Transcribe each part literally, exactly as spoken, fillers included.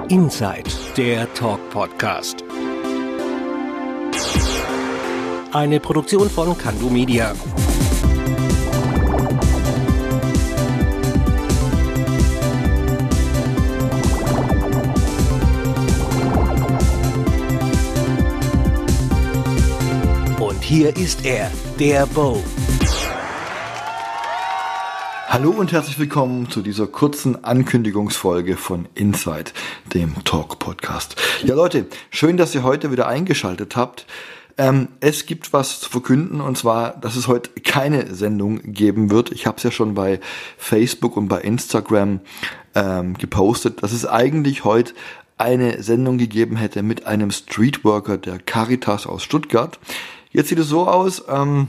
Inside, der Talk-Podcast. Eine Produktion von Kando Media. Und hier ist er, der Bo. Hallo und herzlich willkommen zu dieser kurzen Ankündigungsfolge von Inside, dem Talk-Podcast. Ja Leute, schön, dass ihr heute wieder eingeschaltet habt. Ähm, es gibt was zu verkünden, und zwar, dass es heute keine Sendung geben wird. Ich habe es ja schon bei Facebook und bei Instagram ähm, gepostet, dass es eigentlich heute eine Sendung gegeben hätte mit einem Streetworker der Caritas aus Stuttgart. Jetzt sieht es so aus, ähm,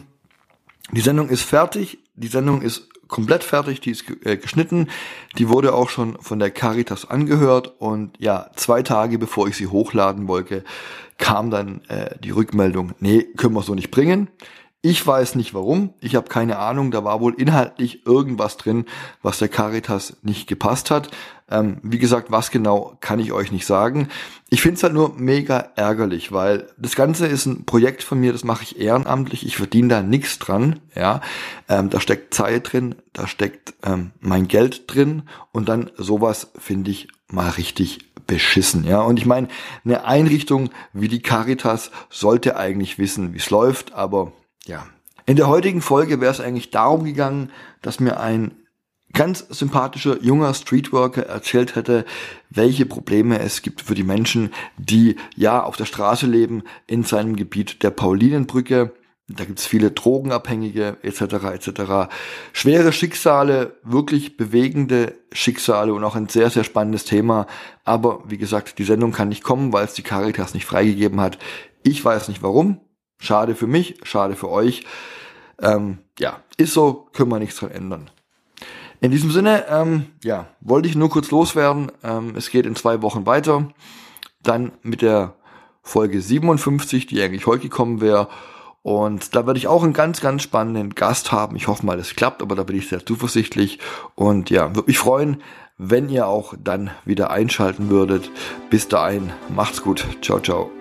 die Sendung ist fertig, die Sendung ist komplett fertig, die ist äh, geschnitten, die wurde auch schon von der Caritas angehört und ja, zwei Tage bevor ich sie hochladen wollte, kam dann äh, die Rückmeldung, nee, können wir so nicht bringen. Ich weiß nicht warum, ich habe keine Ahnung, da war wohl inhaltlich irgendwas drin, was der Caritas nicht gepasst hat. Ähm, wie gesagt, was genau, kann ich euch nicht sagen. Ich finde es halt nur mega ärgerlich, weil das Ganze ist ein Projekt von mir, das mache ich ehrenamtlich, ich verdiene da nichts dran, ja. Ähm, da steckt Zeit drin, da steckt ähm, mein Geld drin und dann sowas finde ich mal richtig beschissen, ja. Und ich meine, eine Einrichtung wie die Caritas sollte eigentlich wissen, wie es läuft, aber ja, in der heutigen Folge wäre es eigentlich darum gegangen, dass mir ein ganz sympathischer junger Streetworker erzählt hätte, welche Probleme es gibt für die Menschen, die ja auf der Straße leben in seinem Gebiet der Paulinenbrücke. Da gibt es viele Drogenabhängige et cetera et cetera. Schwere Schicksale, wirklich bewegende Schicksale und auch ein sehr, sehr spannendes Thema. Aber wie gesagt, die Sendung kann nicht kommen, weil es die Caritas nicht freigegeben hat. Ich weiß nicht warum. Schade für mich, schade für euch. Ähm, ja, ist so, können wir nichts dran ändern. In diesem Sinne, ähm, ja, wollte ich nur kurz loswerden. Ähm, es geht in zwei Wochen weiter. Dann mit der Folge siebenundfünfzig, die eigentlich heute gekommen wäre. Und da werde ich auch einen ganz, ganz spannenden Gast haben. Ich hoffe mal, das klappt, aber da bin ich sehr zuversichtlich. Und ja, würde mich freuen, wenn ihr auch dann wieder einschalten würdet. Bis dahin, macht's gut. Ciao, ciao.